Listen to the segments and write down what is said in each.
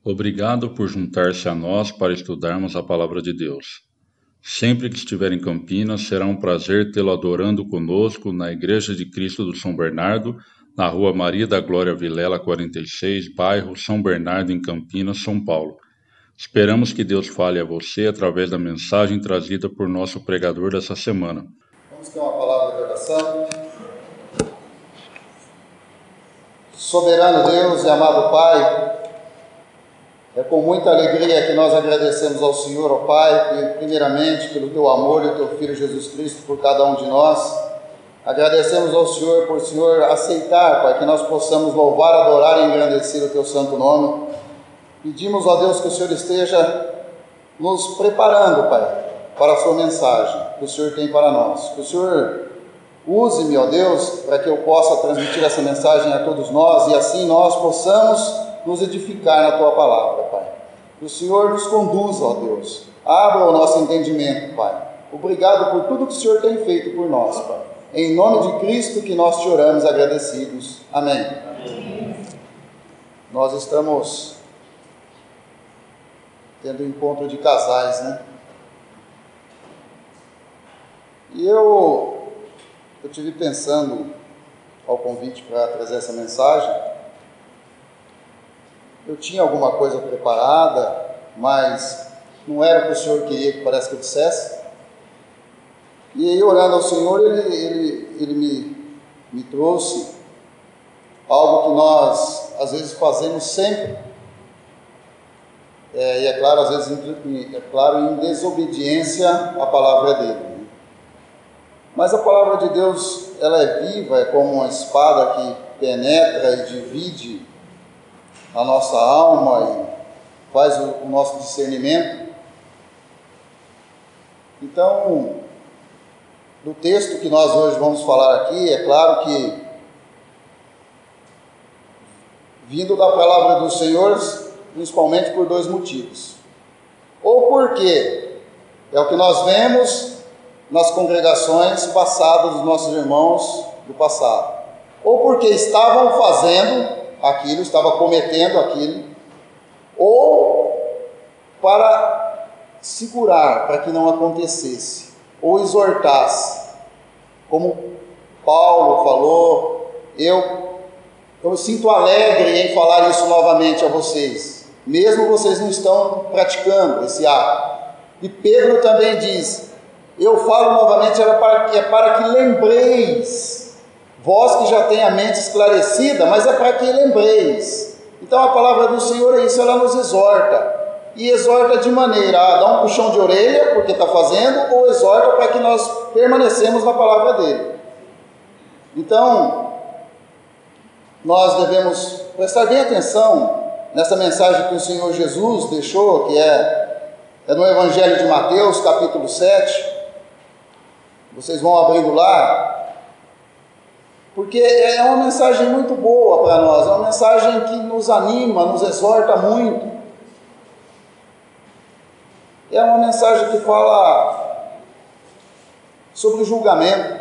Obrigado por juntar-se a nós para estudarmos a Palavra de Deus. Sempre que estiver em Campinas, será um prazer tê-lo adorando conosco na Igreja de Cristo do São Bernardo, na Rua Maria da Glória Vilela 46, bairro São Bernardo, em Campinas, São Paulo. Esperamos que Deus fale a você através da mensagem trazida por nosso pregador dessa semana. Vamos ter uma palavra de oração. Soberano Deus e amado Pai, é com muita alegria que nós agradecemos ao Senhor, ó Pai, primeiramente pelo Teu amor e o Teu Filho Jesus Cristo por cada um de nós. Agradecemos ao Senhor por o Senhor aceitar, Pai, que nós possamos louvar, adorar e engrandecer o Teu santo nome. Pedimos, ó Deus, que o Senhor esteja nos preparando, Pai, para a Sua mensagem que o Senhor tem para nós. Que o Senhor use-me, ó Deus, para que eu possa transmitir essa mensagem a todos nós e assim nós possamos nos edificar na Tua palavra, Pai. Que o Senhor nos conduza, ó Deus. Abra o nosso entendimento, Pai. Obrigado por tudo que o Senhor tem feito por nós, Pai. Em nome de Cristo que nós te oramos agradecidos. Amém. Amém. Nós estamos tendo um encontro de casais, né? E eu tive pensando ao convite para trazer essa mensagem. Eu tinha alguma coisa preparada, mas não era o que o Senhor queria que parece que eu dissesse. E aí, orando ao Senhor, Ele me trouxe algo que nós, às vezes, fazemos sempre. E é claro, às vezes, em desobediência à palavra dEle. Mas a palavra de Deus, ela é viva, é como uma espada que penetra e divide a nossa alma e faz o nosso discernimento. Então, do texto que nós hoje vamos falar aqui, é claro que, vindo da palavra do Senhor, principalmente por dois motivos. Ou porque é o que nós vemos nas congregações passadas dos nossos irmãos do passado. Ou porque estavam fazendo aquilo, estava cometendo aquilo, ou para segurar, para que não acontecesse, ou exortasse, como Paulo falou. Eu me sinto alegre em falar isso novamente a vocês, mesmo vocês não estão praticando esse ato. E Pedro também diz: eu falo novamente, é para que lembreis, vós que já tem a mente esclarecida, mas é para que lembreis. Então a palavra do Senhor é isso, ela nos exorta. E exorta de maneira a dar um puxão de orelha, porque está fazendo, ou exorta para que nós permanecemos na palavra dele. Então, nós devemos prestar bem atenção nessa mensagem que o Senhor Jesus deixou, que é no Evangelho de Mateus, capítulo 7. Vocês vão abrindo lá, porque é uma mensagem muito boa para nós, é uma mensagem que nos anima, nos exorta muito. É uma mensagem que fala sobre o julgamento.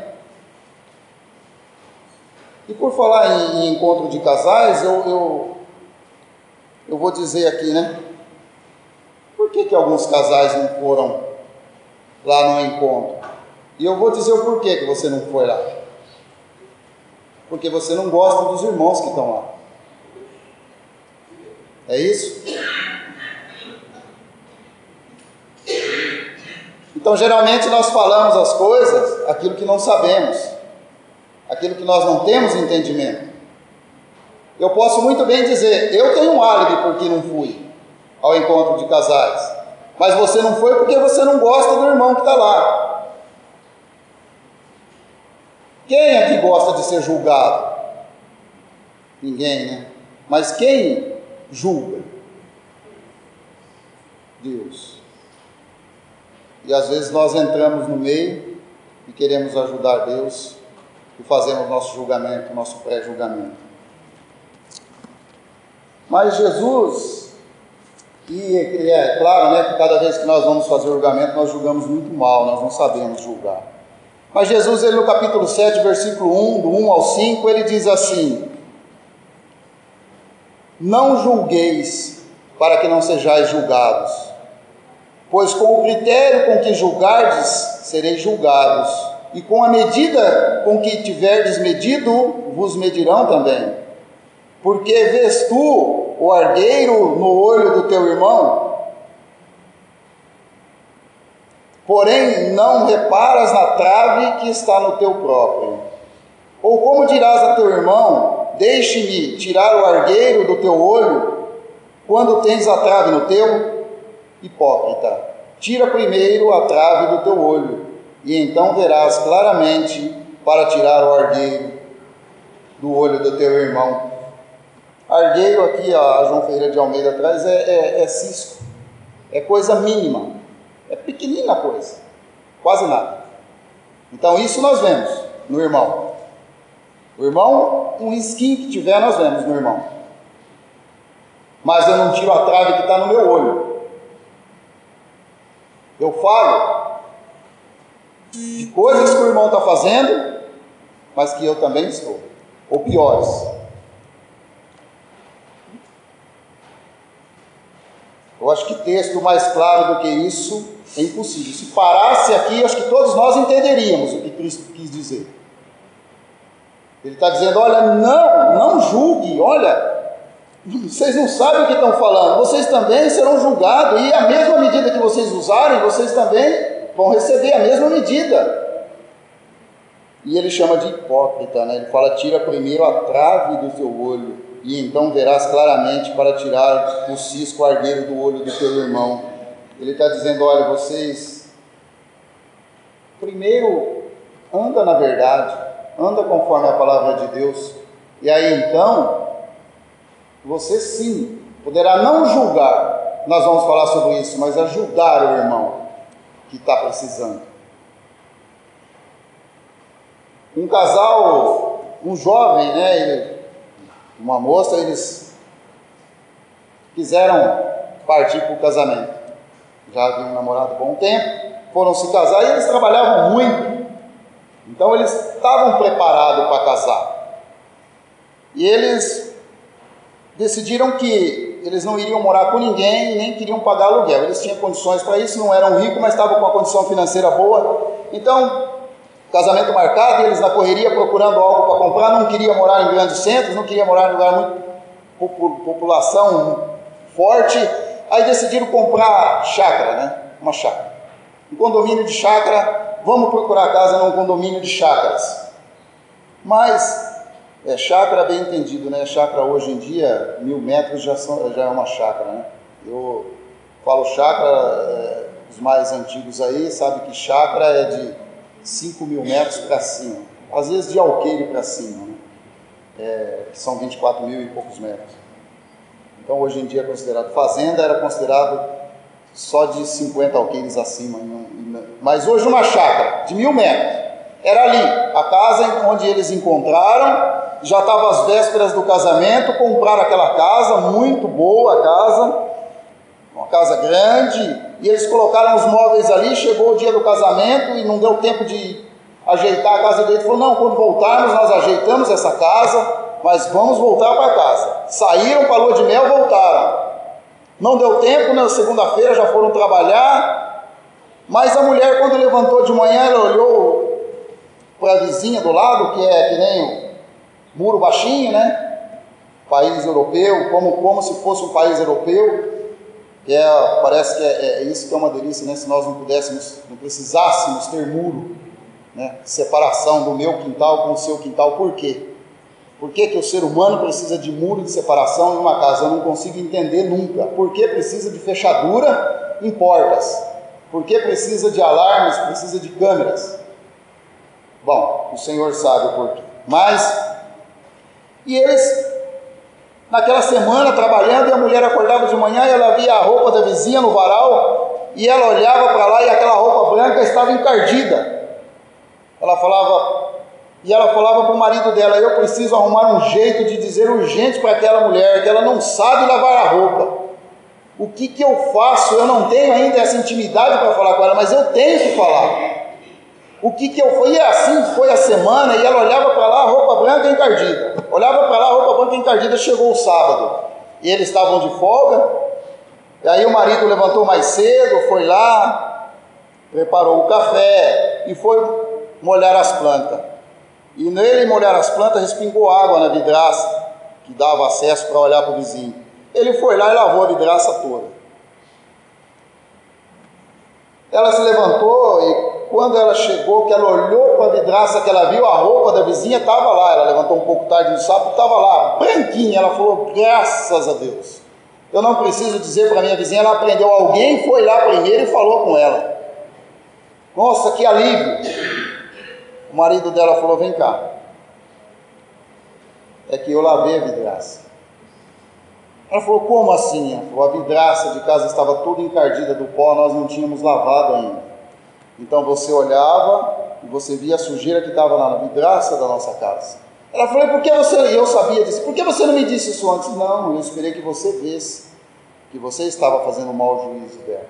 E por falar em encontro de casais, eu vou dizer aqui, né? Por que alguns casais não foram lá no encontro? E eu vou dizer o porquê que você não foi lá. Porque você não gosta dos irmãos que estão lá. É isso? Então, geralmente nós falamos as coisas, aquilo que não sabemos, aquilo que nós não temos entendimento. Eu posso muito bem dizer: eu tenho um álibi porque não fui ao encontro de casais, mas você não foi porque você não gosta do irmão que está lá. Quem aqui gosta de ser julgado? Ninguém, né? Mas quem julga? Deus. E às vezes nós entramos no meio e queremos ajudar Deus e fazemos nosso julgamento, nosso pré-julgamento. Mas Jesus, e é claro, né, que cada vez que nós vamos fazer o julgamento, nós julgamos muito mal, nós não sabemos julgar. Mas Jesus, ele no capítulo 7, versículo 1, do 1 ao 5, ele diz assim: não julgueis para que não sejais julgados. Pois com o critério com que julgardes, sereis julgados, e com a medida com que tiverdes medido, vos medirão também. Porque vês tu o argueiro no olho do teu irmão, porém não reparas na trave que está no teu próprio? Ou como dirás a teu irmão, deixe-me tirar o argueiro do teu olho, quando tens a trave no teu? Hipócrita, tira primeiro a trave do teu olho, e então verás claramente para tirar o argueiro do olho do teu irmão. Argueiro aqui, a João Ferreira de Almeida atrás, é cisco, é coisa mínima, é pequenina coisa, quase nada. Então isso nós vemos no irmão. O irmão, um risquinho que tiver, nós vemos no irmão. Mas eu não tiro a trave que está no meu olho. Eu falo de coisas que o irmão está fazendo, mas que eu também estou, ou piores. Eu acho que texto mais claro do que isso é impossível. Se parasse aqui, acho que todos nós entenderíamos o que Cristo quis dizer. Ele está dizendo, olha, não julgue, olha, vocês não sabem o que estão falando, vocês também serão julgados, e a mesma medida que vocês usarem, vocês também vão receber a mesma medida. E ele chama de hipócrita, né? Ele fala, tira primeiro a trave do teu olho, e então verás claramente para tirar o cisco argueiro do olho do teu irmão. Ele está dizendo, olha, vocês primeiro anda na verdade, anda conforme a palavra de Deus, e aí então, você sim, poderá não julgar, nós vamos falar sobre isso, mas ajudar o irmão que está precisando. Um casal, um jovem, né, uma moça, eles quiseram partir para o casamento. Já haviam namorado há bom tempo, foram se casar e eles trabalhavam muito. Então eles estavam preparados para casar. E eles decidiram que eles não iriam morar com ninguém e nem queriam pagar aluguel. Eles tinham condições para isso, não eram ricos, mas estavam com uma condição financeira boa. Então, casamento marcado, e eles na correria procurando algo para comprar, não queriam morar em grandes centros, não queriam morar em lugar muito população forte. Aí decidiram comprar chácara, né? Uma chácara. Um condomínio de chácara. Vamos procurar casa num condomínio de chácaras. Mas, chácara bem entendido, né? Chácara hoje em dia, 1000 metros já é uma chácara, né? Eu falo chácara, os mais antigos aí sabem que chácara é de 5.000 metros para cima. Às vezes de alqueire para cima, né? São 24 mil e poucos metros. Então hoje em dia é considerado fazenda, era considerado só de 50 alqueires acima. Mas hoje uma chácara de 1000 metros, era ali, a casa onde eles encontraram, já estava às vésperas do casamento, compraram aquela casa, muito boa a casa, uma casa grande, e eles colocaram os móveis ali, chegou o dia do casamento e não deu tempo de ajeitar a casa dele, falou, não, quando voltarmos nós ajeitamos essa casa, mas vamos voltar para casa. Saíram para a lua de mel, voltaram. Não deu tempo, na segunda-feira já foram trabalhar, mas a mulher, quando levantou de manhã, ela olhou para a vizinha do lado, que é que nem o muro baixinho, né? País europeu, como se fosse um país europeu, que parece que é isso que é uma delícia, né? Se nós não precisássemos ter muro, né? Separação do meu quintal com o seu quintal, por quê? Por que o ser humano precisa de muro de separação em uma casa? Eu não consigo entender nunca. Por que precisa de fechadura em portas? Por que precisa de alarmes, precisa de câmeras? Bom, o Senhor sabe o porquê. E eles, naquela semana, trabalhando, e a mulher acordava de manhã e ela via a roupa da vizinha no varal, e ela olhava para lá e aquela roupa branca estava encardida. Ela falava para o marido dela, eu preciso arrumar um jeito de dizer urgente para aquela mulher, que ela não sabe lavar a roupa. O que eu faço? Eu não tenho ainda essa intimidade para falar com ela, mas eu tenho que falar. O que eu fui? E assim foi a semana, e ela olhava para lá, roupa branca encardida. Olhava para lá, roupa branca encardida, chegou o sábado. E eles estavam de folga, E aí o marido levantou mais cedo, foi lá, preparou o café e foi molhar as plantas. E nele molhar as plantas, respingou água na vidraça, que dava acesso para olhar para o vizinho. Ele foi lá e lavou a vidraça toda. Ela se levantou e quando ela chegou, que ela olhou para a vidraça, que ela viu a roupa da vizinha, estava lá. Ela levantou um pouco tarde no sábado, estava lá, branquinha. Ela falou, graças a Deus. Eu não preciso dizer para a minha vizinha, ela aprendeu. Alguém foi lá primeiro e falou com ela. Nossa, que alívio. O marido dela falou, vem cá. É que eu lavei a vidraça. Ela falou, como assim? Ela falou, a vidraça de casa estava toda encardida do pó, nós não tínhamos lavado ainda. Então você olhava e você via a sujeira que estava lá na vidraça da nossa casa. Ela falou, por que você, eu sabia disso, por que você não me disse isso antes? Não, eu esperei que você visse que você estava fazendo um mau juízo dela.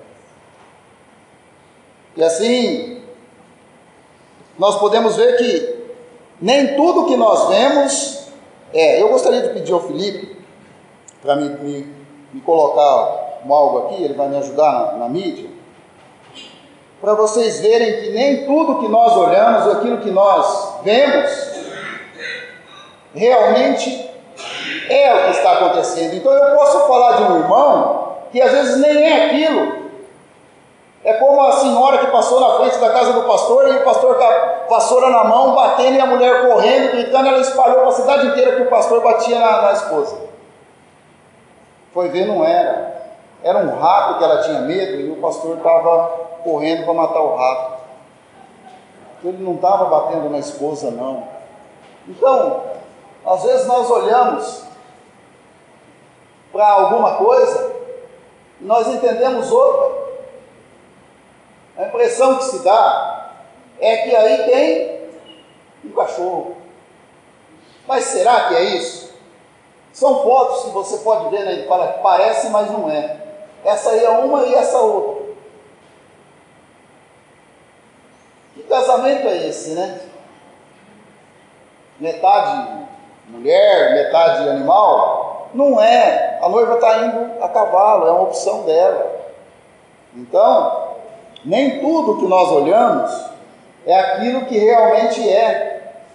E assim, nós podemos ver que nem tudo que nós vemos, eu gostaria de pedir ao Felipe, para me colocar algo aqui, ele vai me ajudar na mídia, para vocês verem que nem tudo que nós olhamos, aquilo que nós vemos, realmente é o que está acontecendo. Então eu posso falar de um irmão que às vezes nem é aquilo. É como a senhora que passou na frente da casa do pastor e o pastor com a vassoura na mão, batendo, e a mulher correndo, gritando, ela espalhou para a cidade inteira que o pastor batia na esposa. Foi ver, não era. Era um rato que ela tinha medo e o pastor estava correndo para matar o rato. Ele não estava batendo na esposa, não. Então, às vezes nós olhamos para alguma coisa e nós entendemos outra. A impressão que se dá é que aí tem um cachorro. Mas será que é isso? São fotos que você pode ver, né? Ele fala que parece, mas não é. Essa aí é uma e essa outra. Que casamento é esse, né? Metade mulher, metade animal? Não é. A noiva está indo a cavalo, é uma opção dela. Então, nem tudo que nós olhamos é aquilo que realmente é.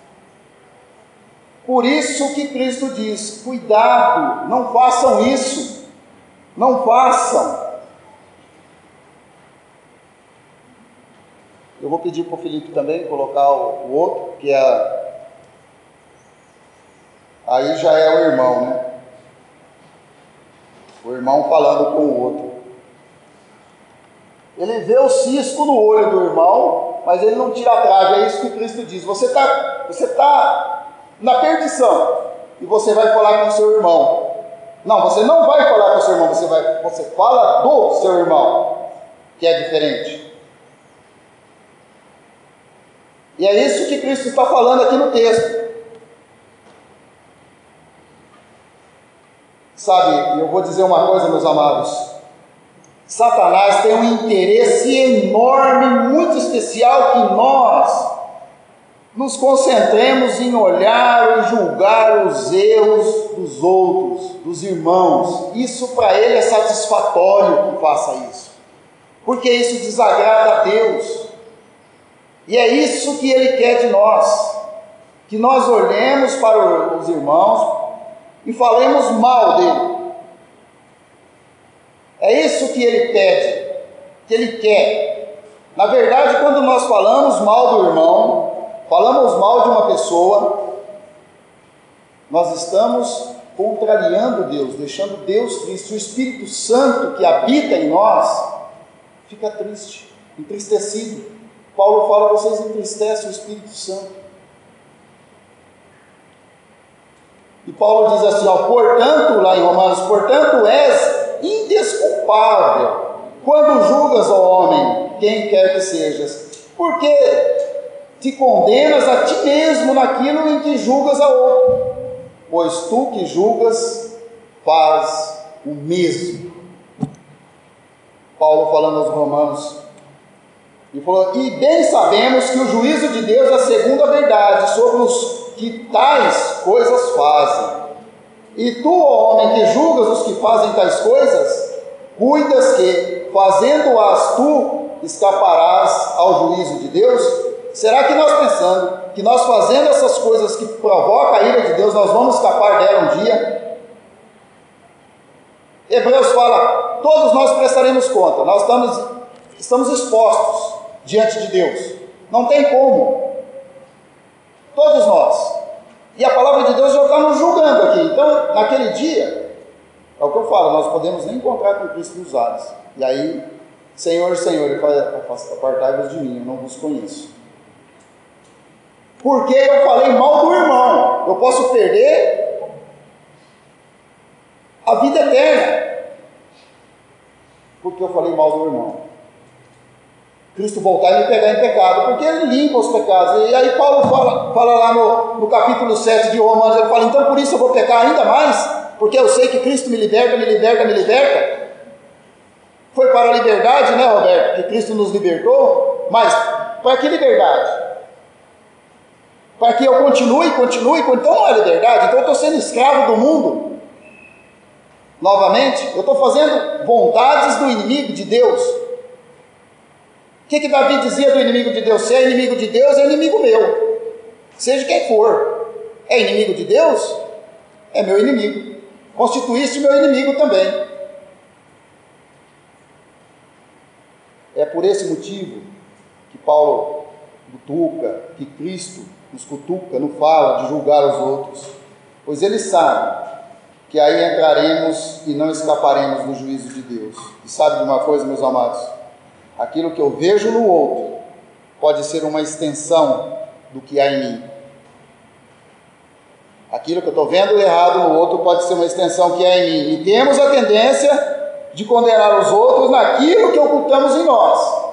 Por isso que Cristo diz, cuidado, não façam isso, não façam. Eu vou pedir para o Felipe também colocar o outro, que aí já é o irmão, né? O irmão falando com o outro. Ele vê o cisco no olho do irmão, mas ele não tira a trave. É isso que Cristo diz. Você tá na perdição e você vai falar com o seu irmão. Não, você não vai falar com o seu irmão, você fala do seu irmão, que é diferente. E é isso que Cristo está falando aqui no texto. Sabe, eu vou dizer uma coisa, meus amados. Satanás tem um interesse enorme, muito especial, que nós nos concentremos em olhar e julgar os erros dos outros, dos irmãos. Isso para ele é satisfatório que faça isso, porque isso desagrada a Deus. E é isso que ele quer de nós, que nós olhemos para os irmãos e falemos mal dele. É isso que ele pede, que ele quer. Na verdade, quando nós falamos mal do irmão, falamos mal de uma pessoa, nós estamos contrariando Deus, deixando Deus triste. O Espírito Santo que habita em nós fica triste, entristecido. Paulo fala, vocês entristecem o Espírito Santo. E Paulo diz assim, portanto, lá em Romanos, portanto és indesculpável quando julgas ao homem, quem quer que sejas, porque te condenas a ti mesmo naquilo em que julgas a outro, pois tu que julgas faz o mesmo. Paulo falando aos Romanos, e falou, e bem sabemos que o juízo de Deus é segundo a verdade sobre os que tais coisas fazem. E tu, ó homem, que julgas os que fazem tais coisas, cuidas que, fazendo-as tu, escaparás ao juízo de Deus? Será que nós pensando que nós fazendo essas coisas que provocam a ira de Deus, nós vamos escapar dela um dia? Hebreus fala, todos nós prestaremos conta, nós estamos expostos diante de Deus, não tem como, todos nós, e a palavra de Deus já está nos julgando aqui. Então naquele dia, é o que eu falo, nós podemos nem encontrar com Cristo nos ares, e aí, Senhor, Senhor, ele fala, apartai-vos de mim, eu não vos conheço. Porque eu falei mal do irmão, eu posso perder a vida eterna, porque eu falei mal do irmão. Cristo voltar e me pegar em pecado, porque ele limpa os pecados. E aí Paulo fala lá no capítulo 7 de Romanos, ele fala, então por isso eu vou pecar ainda mais, porque eu sei que Cristo me liberta, me liberta, me liberta. Foi para a liberdade, né, Roberto, que Cristo nos libertou, mas para que liberdade? Para que eu continue, então não é liberdade, então eu estou sendo escravo do mundo, novamente, eu estou fazendo vontades do inimigo de Deus. O que Davi dizia do inimigo de Deus? Se é inimigo de Deus, é inimigo meu, seja quem for. É inimigo de Deus? É meu inimigo, constituíste meu inimigo também. É por esse motivo que Paulo cutuca, que Cristo nos cutuca, não fala de julgar os outros, pois ele sabe que aí entraremos e não escaparemos do juízo de Deus. E sabe de uma coisa, meus amados? Aquilo que eu vejo no outro pode ser uma extensão do que há em mim. Aquilo que eu estou vendo errado no outro pode ser uma extensão que há em mim. E temos a tendência de condenar os outros naquilo que ocultamos em nós.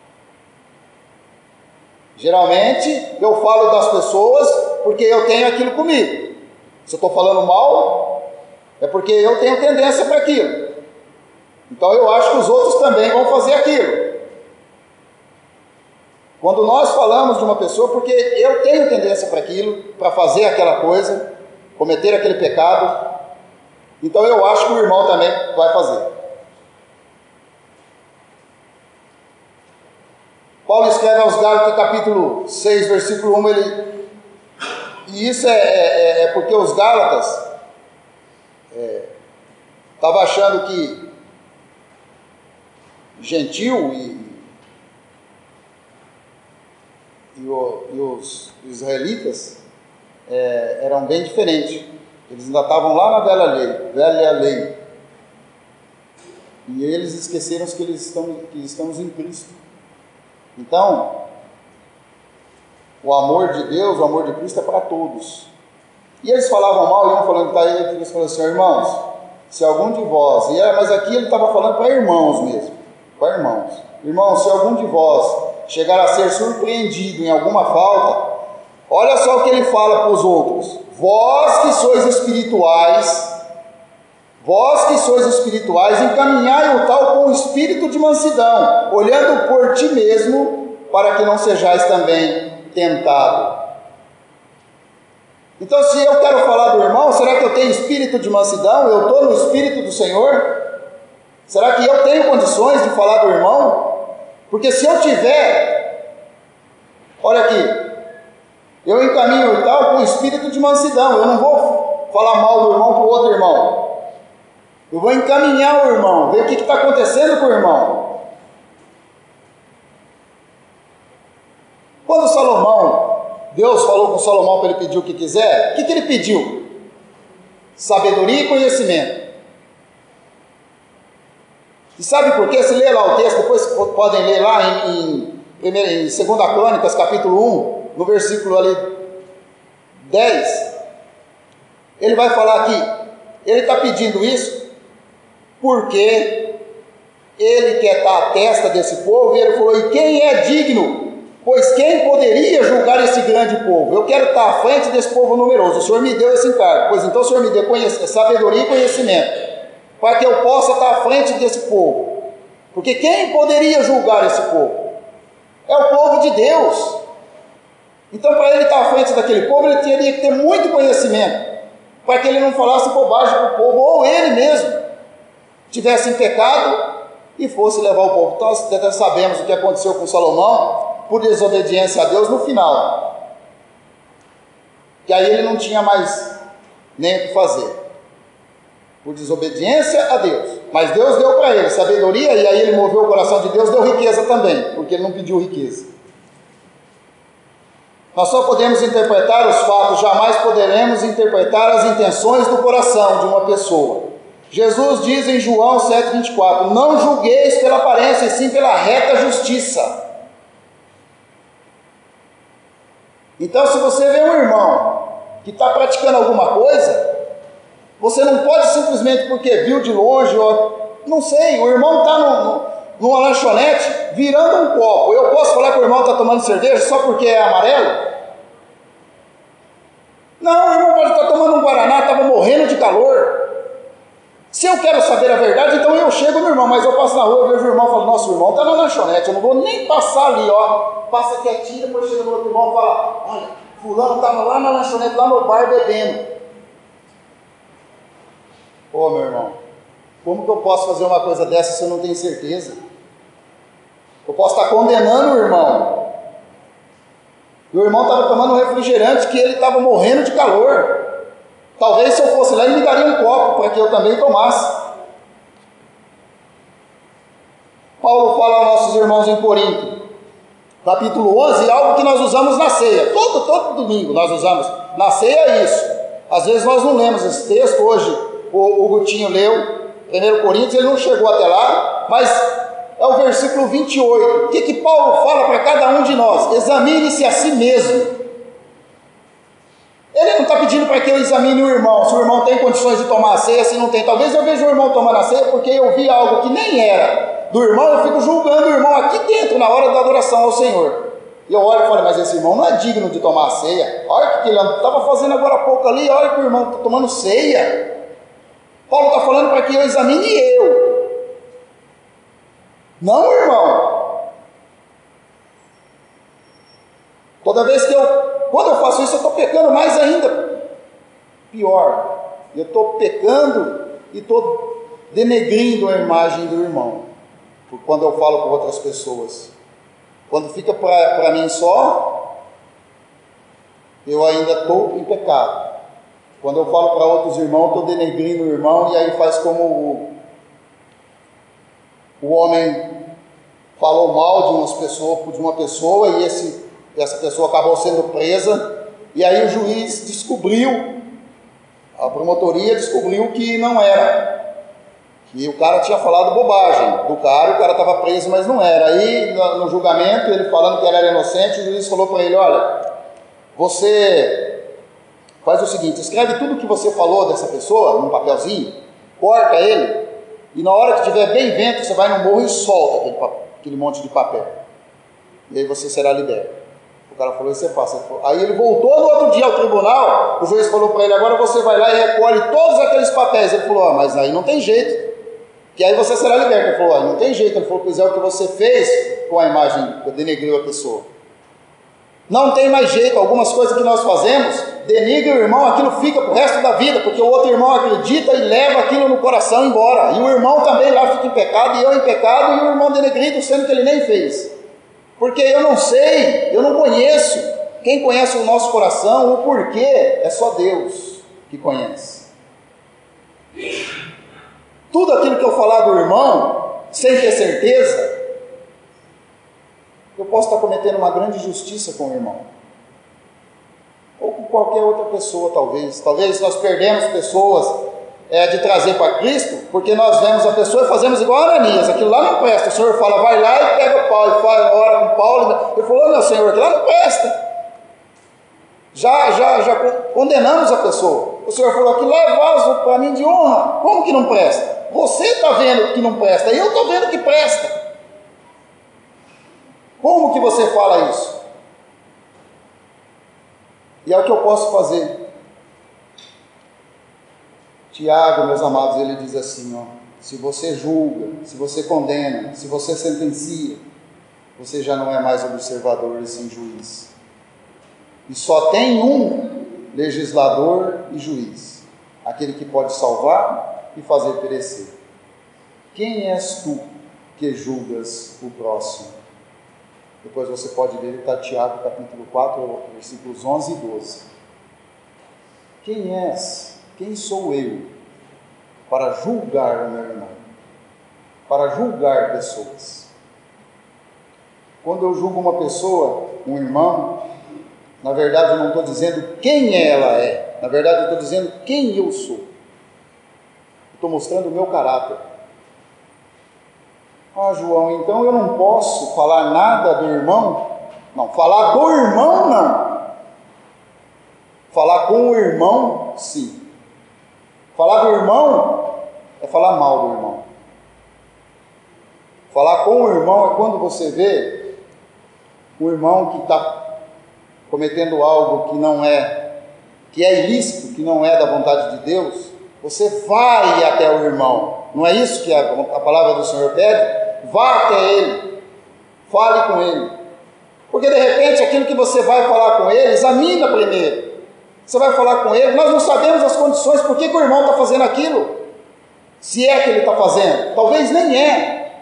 Geralmente eu falo das pessoas porque eu tenho aquilo comigo. Se eu estou falando mal, é porque eu tenho tendência para aquilo. Então eu acho que os outros também vão fazer aquilo. Quando nós falamos de uma pessoa, porque eu tenho tendência para aquilo, para fazer aquela coisa, cometer aquele pecado, então eu acho que o irmão também vai fazer. Paulo escreve aos Gálatas, capítulo 6, versículo 1, e isso é porque os Gálatas estavam achando que gentil e os israelitas eram bem diferentes. Eles ainda estavam lá na velha lei, e eles esqueceram que estamos em Cristo. Então, o amor de Deus, o amor de Cristo é para todos. E eles falavam mal, iam falando para ele, eles falaram assim, irmãos, se algum de vós, mas aqui ele estava falando para irmãos mesmo, para irmãos. Irmãos, se algum de vós chegar a ser surpreendido em alguma falta, olha só o que ele fala para os outros, vós que sois espirituais, encaminhai o tal com o espírito de mansidão, olhando por ti mesmo, para que não sejais também tentado. Então, se eu quero falar do irmão, será que eu tenho espírito de mansidão? Eu estou no espírito do Senhor? Será que eu tenho condições de falar do irmão? Porque se eu tiver, olha aqui, eu encaminho o tal com o espírito de mansidão, eu não vou falar mal do irmão para o outro irmão. Eu vou encaminhar o irmão, ver o que está acontecendo com o irmão. Quando Deus falou com Salomão para ele pedir o que quiser, o que ele pediu? Sabedoria e conhecimento. E sabe por quê? Se lê lá o texto, depois podem ler lá em 2 Crônicas, capítulo 1, no versículo ali 10, ele vai falar aqui, ele está pedindo isso porque ele quer estar à testa desse povo, e ele falou, e quem é digno? Pois quem poderia julgar esse grande povo? Eu quero estar à frente desse povo numeroso, o Senhor me deu esse encargo, pois então o Senhor me deu sabedoria e conhecimento, para que eu possa estar à frente desse povo, porque quem poderia julgar esse povo? É o povo de Deus. Então, para ele estar à frente daquele povo, ele teria que ter muito conhecimento, para que ele não falasse bobagem para o povo, ou ele mesmo. tivesse em pecado e fosse levar o povo. Então, nós até sabemos o que aconteceu com Salomão, por desobediência a Deus no final. Que aí ele não tinha mais nem o que fazer. Por desobediência a Deus. Mas Deus deu para ele sabedoria, e aí ele moveu o coração de Deus, deu riqueza também, porque ele não pediu riqueza. Nós só podemos interpretar os fatos, jamais poderemos interpretar as intenções do coração de uma pessoa. Jesus diz em João 7,24: não julgueis pela aparência, e sim pela reta justiça. Então, se você vê um irmão que está praticando alguma coisa, você não pode simplesmente porque viu de longe, ou não sei, o irmão está numa lanchonete virando um copo. Eu posso falar que o irmão está tomando cerveja só porque é amarelo? Não, o irmão pode estar tomando um guaraná, estava morrendo de calor. Se eu quero saber a verdade, então eu chego no irmão, mas eu passo na rua, eu vejo o irmão e falo: nossa, o irmão está na lanchonete, eu não vou nem passar ali, ó. Passa quietinho, depois chega no outro irmão e fala: olha, fulano estava lá na lanchonete, lá no bar bebendo. Ô, meu irmão, como que eu posso fazer uma coisa dessa se eu não tenho certeza? Eu posso estar condenando o irmão. E o irmão estava tomando um refrigerante que ele estava morrendo de calor. Talvez se eu fosse lá, ele me daria um copo para que eu também tomasse. Paulo fala aos nossos irmãos em Corinto, capítulo 11, algo que nós usamos na ceia. Todo domingo nós usamos. Na ceia é isso. Às vezes nós não lemos esse texto. Hoje o Gutinho leu 1 Coríntios, ele não chegou até lá, mas é o versículo 28. O que Paulo fala para cada um de nós? Examine-se a si mesmo. Ele não está pedindo para que eu examine o irmão, se o irmão tem condições de tomar a ceia, se não tem. Talvez eu veja o irmão tomando a ceia porque eu vi algo que nem era do irmão, eu fico julgando o irmão aqui dentro, na hora da adoração ao Senhor. E eu olho e falo: mas esse irmão não é digno de tomar a ceia. Olha o que ele estava fazendo agora há pouco ali, olha que o irmão está tomando ceia. Paulo está falando para que eu examine eu, não o irmão. Toda vez que quando eu faço isso, eu estou pecando mais ainda. Pior, eu estou pecando e estou denegrindo a imagem do irmão, quando eu falo com outras pessoas. Quando fica para mim só, eu ainda estou em pecado. Quando eu falo para outros irmãos, estou denegrindo o irmão, e aí faz como o homem falou mal de uma pessoa, e essa pessoa acabou sendo presa, e aí o juiz descobriu, a promotoria descobriu que não era, que o cara tinha falado bobagem do cara, o cara estava preso, mas não era. Aí no julgamento, ele falando que ele era inocente, o juiz falou para ele: olha, você faz o seguinte, escreve tudo o que você falou dessa pessoa num papelzinho, corta ele, e na hora que tiver bem vento, você vai no morro e solta aquele monte de papel, e aí você será liberto. O cara falou: isso é fácil. Aí ele voltou no outro dia ao tribunal, o juiz falou para ele: agora você vai lá e recolhe todos aqueles papéis. Ele falou: mas aí não tem jeito, que aí você será liberto. Ele falou: não tem jeito. Ele falou: pois é o que você fez com a imagem, que denegriu a pessoa. Não tem mais jeito. Algumas coisas que nós fazemos, denigra o irmão, aquilo fica para o resto da vida, porque o outro irmão acredita e leva aquilo no coração embora, e o irmão também lá fica em pecado, e eu em pecado, e o irmão denegrido, sendo que ele nem fez, porque eu não sei, eu não conheço. Quem conhece o nosso coração, o porquê, é só Deus que conhece. Tudo aquilo que eu falar do irmão, sem ter certeza, eu posso estar cometendo uma grande injustiça com o irmão, ou com qualquer outra pessoa. Talvez nós perdemos pessoas de trazer para Cristo, porque nós vemos a pessoa e fazemos igual a Ananias: aquilo lá não presta. O Senhor fala: vai lá e pega Paulo, e ora com Paulo. Ele falou: não, Senhor, aquilo lá não presta. Já condenamos a pessoa. O Senhor falou: aquilo lá é vaso para mim de honra. Como que não presta? Você está vendo que não presta, e eu estou vendo que presta. Como que você fala isso? E é o que eu posso fazer. Tiago, meus amados, ele diz assim, ó: se você julga, se você condena, se você sentencia, você já não é mais observador e sim juiz. E só tem um legislador e juiz, aquele que pode salvar e fazer perecer. quem és tu que julgas o próximo? Depois você pode ver, está Tiago capítulo 4, versículos 11 e 12. Quem és? Quem sou eu para julgar o meu irmão? Para julgar pessoas? Quando eu julgo uma pessoa, um irmão, na verdade eu não estou dizendo quem ela é, na verdade eu estou dizendo quem eu sou. Estou mostrando o meu caráter. Ah, João, então eu não posso falar nada do irmão? Não, falar do irmão não. Falar com o irmão, sim. Falar do irmão é falar mal do irmão. Falar com o irmão é quando você vê o irmão que está cometendo algo que é ilícito, que não é da vontade de Deus, você vai até o irmão. Não é isso que a palavra do Senhor pede? Vá até ele, fale com ele, porque de repente aquilo que você vai falar com ele, examina primeiro. Você vai falar com ele, nós não sabemos as condições, por que o irmão está fazendo aquilo, se é que ele está fazendo, talvez nem é.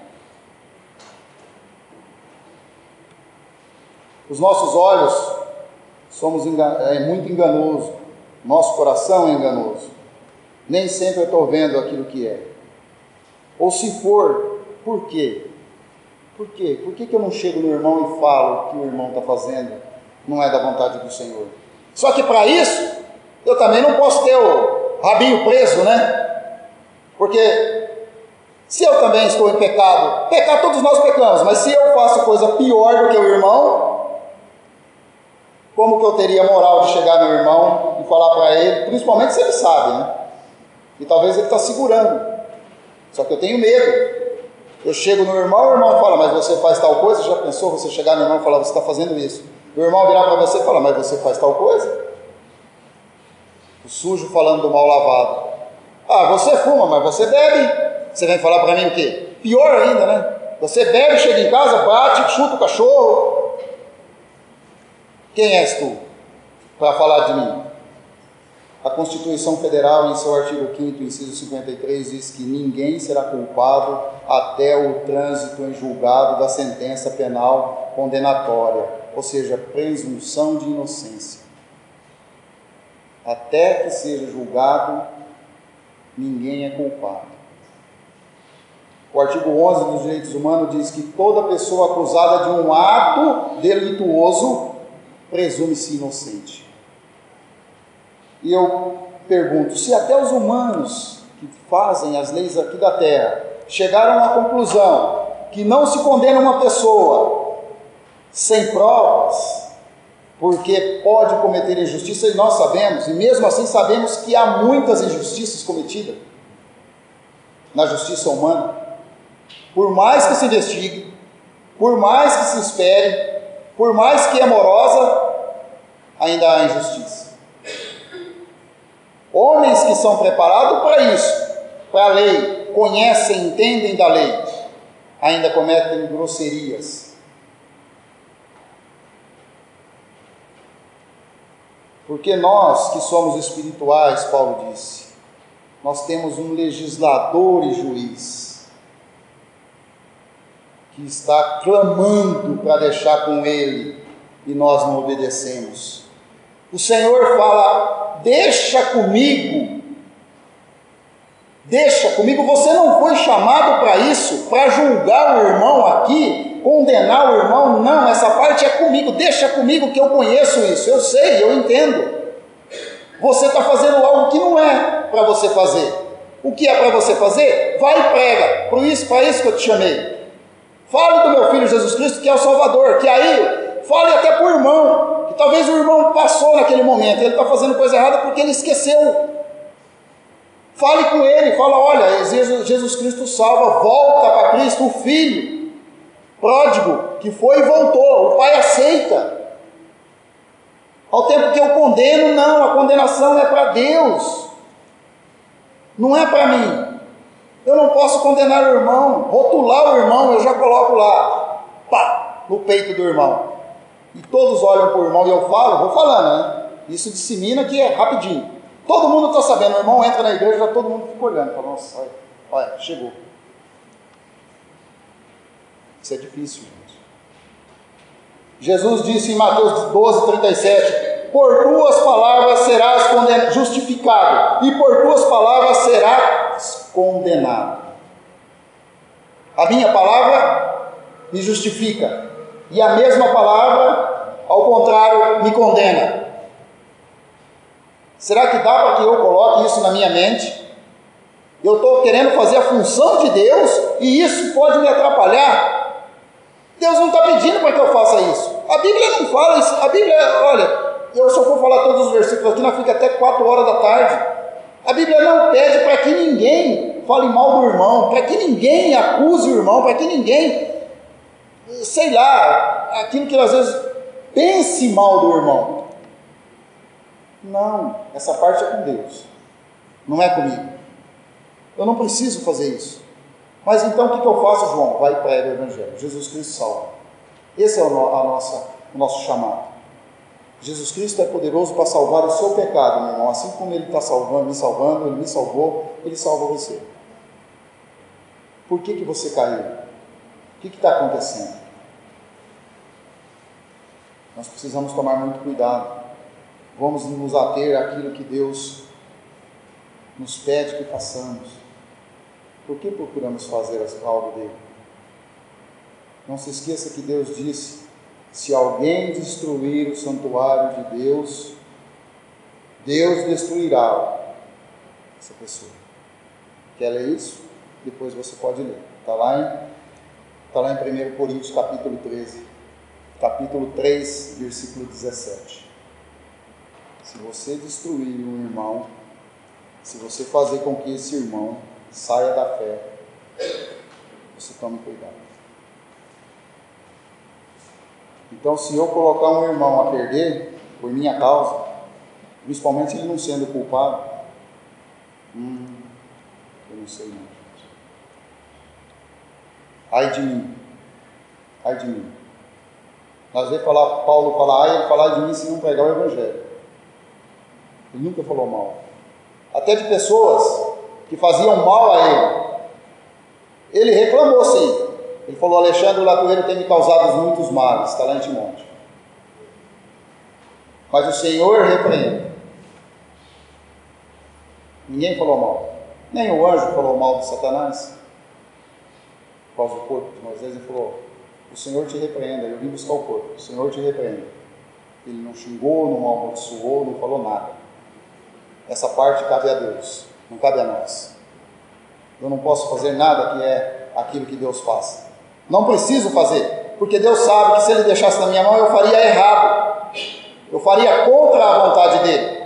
Os nossos olhos é muito enganoso, nosso coração é enganoso, nem sempre eu estou vendo aquilo que é, ou se for, por quê? Por quê? Por que eu não chego no irmão e falo que o irmão está fazendo não é da vontade do Senhor? Só que para isso, eu também não posso ter o rabinho preso, né? Porque se eu também estou em pecado, todos nós pecamos, mas se eu faço coisa pior do que o irmão, como que eu teria moral de chegar no irmão e falar para ele, principalmente se ele sabe, né? E talvez ele está segurando, só que eu tenho medo. Eu chego no irmão, o irmão fala, mas você faz tal coisa? Já pensou você chegar no irmão e falar, você está fazendo isso? O irmão virar para você e falar, mas você faz tal coisa? O sujo falando do mal lavado. Ah, você fuma, mas você bebe. Você vem falar para mim o quê? Pior ainda, né? Você bebe, chega em casa, bate, chuta o cachorro. Quem és tu para falar de mim? A Constituição Federal, em seu artigo 5º, inciso 53, diz que ninguém será culpado até o trânsito em julgado da sentença penal condenatória, ou seja, presunção de inocência. Até que seja julgado, ninguém é culpado. O artigo 11 dos Direitos Humanos diz que toda pessoa acusada de um ato delituoso presume-se inocente. E eu pergunto, se até os humanos que fazem as leis aqui da terra chegaram à conclusão que não se condena uma pessoa sem provas, porque pode cometer injustiça, e nós sabemos, e mesmo assim sabemos que há muitas injustiças cometidas na justiça humana, por mais que se investigue, por mais que se espere, por mais que é amorosa, ainda há injustiça. Homens que são preparados para isso, para a lei, conhecem, entendem da lei, ainda cometem grosserias. Porque nós que somos espirituais, Paulo disse, nós temos um legislador e juiz que está clamando para deixar com ele e nós não obedecemos. O Senhor fala, deixa comigo, você não foi chamado para isso, para julgar o irmão aqui, condenar o irmão, não, essa parte é comigo, deixa comigo que eu conheço isso, eu sei, eu entendo. Você está fazendo algo que não é para você fazer. O que é para você fazer? Vai e prega, para isso que eu te chamei. Fale do meu Filho Jesus Cristo, que é o Salvador, que aí, fale até para o irmão, que talvez o irmão passou naquele momento, ele está fazendo coisa errada porque ele esqueceu. Fale com ele, fala, olha, Jesus Cristo salva, volta para Cristo, o Filho pródigo, que foi e voltou, o Pai aceita. Ao tempo que eu condeno, não, a condenação é para Deus, não é para mim. Eu não posso condenar o irmão, rotular o irmão, eu já coloco lá, pá, no peito do irmão. E todos olham para o irmão e eu falo, vou falando, né? Isso dissemina que é rapidinho. Todo mundo está sabendo, o irmão entra na igreja, já todo mundo fica olhando, fala, nossa, olha, chegou. Isso é difícil, gente. Jesus disse em Mateus 12:37, por tuas palavras serás justificado, e por tuas palavras serás condenado. A minha palavra me justifica, e a mesma palavra, ao contrário, me condena. Será que dá para que eu coloque isso na minha mente? Eu estou querendo fazer a função de Deus e isso pode me atrapalhar? Deus não está pedindo para que eu faça isso. A Bíblia não fala isso. A Bíblia, olha, eu só vou falar todos os versículos aqui, nós fica até 4 horas da tarde. A Bíblia não pede para que ninguém fale mal do irmão, para que ninguém acuse o irmão, para que ninguém, sei lá, aquilo que às vezes pense mal do irmão. Não, essa parte é com Deus, não é comigo. Eu não preciso fazer isso. Mas então o que eu faço, João? Vai e prega o Evangelho. Jesus Cristo salva. Esse é o nosso chamado. Jesus Cristo é poderoso para salvar o seu pecado, meu irmão. Assim como Ele está me salvando, Ele me salvou, Ele salva você. Por que você caiu? O que está acontecendo? Nós precisamos tomar muito cuidado. Vamos nos ater àquilo que Deus nos pede que façamos. Por que procuramos fazer algo dele? Não se esqueça que Deus disse, se alguém destruir o santuário de Deus, Deus destruirá essa pessoa. Quer ler isso? Depois você pode ler. Está lá em 1 Coríntios capítulo 13, capítulo 3, versículo 17. Se você destruir um irmão, se você fazer com que esse irmão saia da fé, você tome cuidado. Então, se eu colocar um irmão a perder, por minha causa, principalmente ele não sendo culpado, eu não sei não, gente. Ai de mim. Ai de mim. Nós vemos Paulo falar, ele falar de mim se não pregar o Evangelho. Ele nunca falou mal. Até de pessoas que faziam mal a ele. Ele reclamou sim. Ele falou, Alexandre Latoeiro tem me causado muitos males. Está lá em Timóteo. Mas o Senhor repreende. Ninguém falou mal. Nem o anjo falou mal de Satanás. Por causa do corpo de Moisés, ele falou, o Senhor te repreenda. Eu vim buscar o corpo. O Senhor te repreenda. Ele não xingou, não amaldiçoou, não falou nada. Essa parte cabe a Deus, não cabe a nós. Eu não posso fazer nada que é aquilo que Deus faz. Não preciso fazer, porque Deus sabe que se Ele deixasse na minha mão, eu faria errado. Eu faria contra a vontade dEle.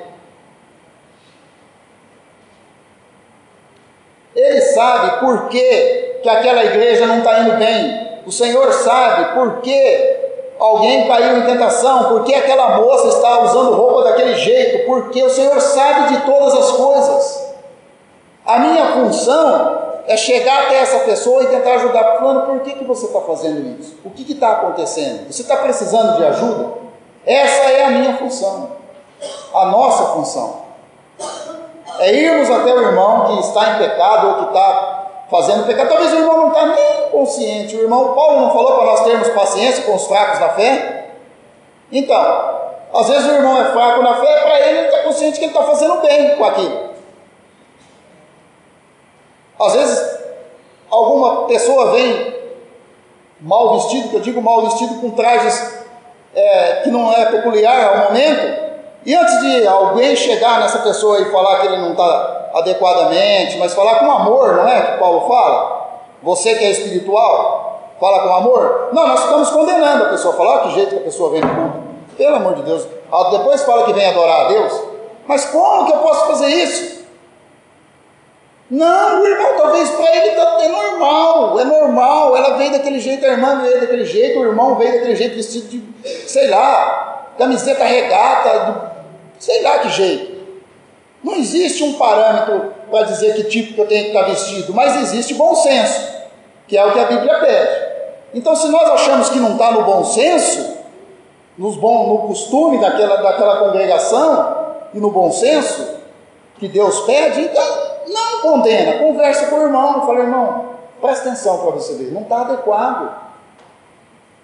Ele sabe por que aquela igreja não está indo bem. O Senhor sabe por que alguém caiu em tentação, porque aquela moça está usando roupa daquele jeito, porque o Senhor sabe de todas as coisas. A minha função é chegar até essa pessoa e tentar ajudar. Fulano, por que você está fazendo isso? O que está acontecendo? Você está precisando de ajuda? Essa é a minha função, a nossa função. É irmos até o irmão que está em pecado ou que está fazendo pecado. Talvez o irmão não está nem consciente. O irmão Paulo não falou para nós termos paciência com os fracos da fé? Então, às vezes o irmão é fraco na fé, para ele está consciente que ele está fazendo bem com aquilo. Às vezes, alguma pessoa vem mal vestido, que eu digo mal vestido, com trajes que não é peculiar ao momento, e antes de alguém chegar nessa pessoa e falar que ele não está adequadamente, mas falar com amor, não é que Paulo fala? Você que é espiritual, fala com amor? Não, nós estamos condenando a pessoa, falar que jeito que a pessoa vem no culto, pelo amor de Deus. Depois fala que vem adorar a Deus, mas como que eu posso fazer isso? Não, o irmão, talvez para ele é normal, ela veio daquele jeito, a irmã veio daquele jeito, o irmão veio daquele jeito, vestido de, sei lá, camiseta regata, sei lá que jeito. Não existe um parâmetro para dizer que tipo que eu tenho que estar vestido, mas existe bom senso, que é o que a Bíblia pede. Então, se nós achamos que não está no bom senso, no costume daquela congregação e no bom senso que Deus pede, então não condena, conversa com o irmão, fala, irmão, presta atenção para você ver, não está adequado.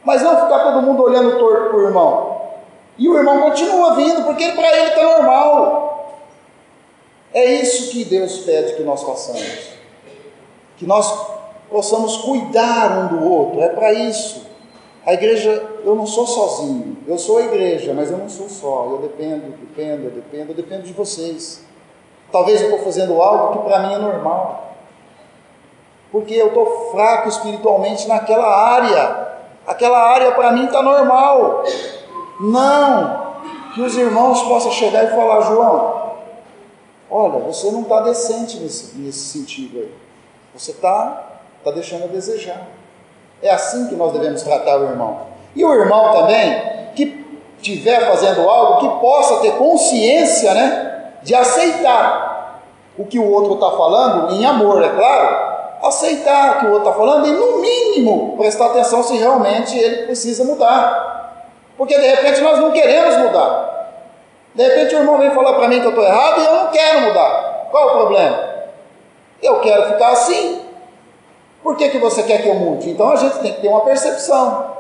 Mas não ficar todo mundo olhando torto para o irmão. E o irmão continua vindo, porque para ele está normal. É isso que Deus pede que nós façamos. Que nós possamos cuidar um do outro. É para isso. A igreja, eu não sou sozinho. Eu sou a igreja, mas eu não sou só. Eu dependo de vocês. Talvez eu estou fazendo algo que para mim é normal. Porque eu estou fraco espiritualmente naquela área. Aquela área para mim está normal. Não, que os irmãos possam chegar e falar: João, olha, você não está decente nesse sentido aí. Você está deixando a desejar. É assim que nós devemos tratar o irmão. E o irmão também, que estiver fazendo algo, que possa ter consciência, né, de aceitar o que o outro está falando, em amor, é claro. Aceitar o que o outro está falando e, no mínimo, prestar atenção se realmente ele precisa mudar. Porque de repente nós não queremos mudar. De repente o irmão vem falar para mim que eu estou errado e eu não quero mudar. Qual o problema? Eu quero ficar assim. Por que você quer que eu mude? Então a gente tem que ter uma percepção.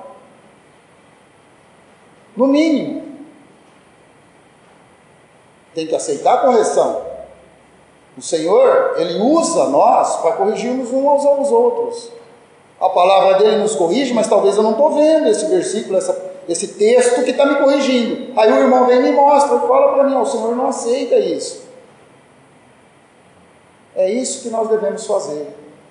No mínimo. Tem que aceitar a correção. O Senhor, Ele usa nós para corrigirmos uns aos outros. A palavra dele nos corrige, mas talvez eu não estou vendo esse versículo, esse texto que está me corrigindo. Aí o irmão vem e me mostra, e fala para mim: o Senhor não aceita isso. É isso que nós devemos fazer.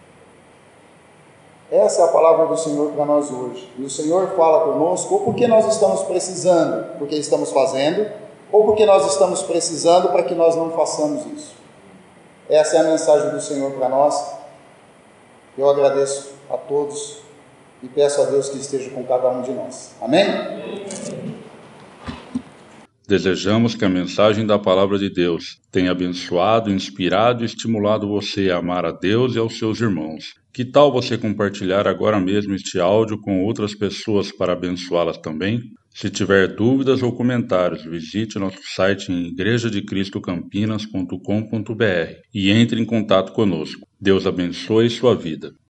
Essa é a palavra do Senhor para nós hoje. E o Senhor fala conosco, ou porque nós estamos precisando, porque estamos fazendo, ou porque nós estamos precisando para que nós não façamos isso. Essa é a mensagem do Senhor para nós. Eu agradeço a todos e peço a Deus que esteja com cada um de nós. Amém? Desejamos que a mensagem da Palavra de Deus tenha abençoado, inspirado e estimulado você a amar a Deus e aos seus irmãos. Que tal você compartilhar agora mesmo este áudio com outras pessoas para abençoá-las também? Se tiver dúvidas ou comentários, visite nosso site em igrejadcristocampinas.com.br e entre em contato conosco. Deus abençoe sua vida.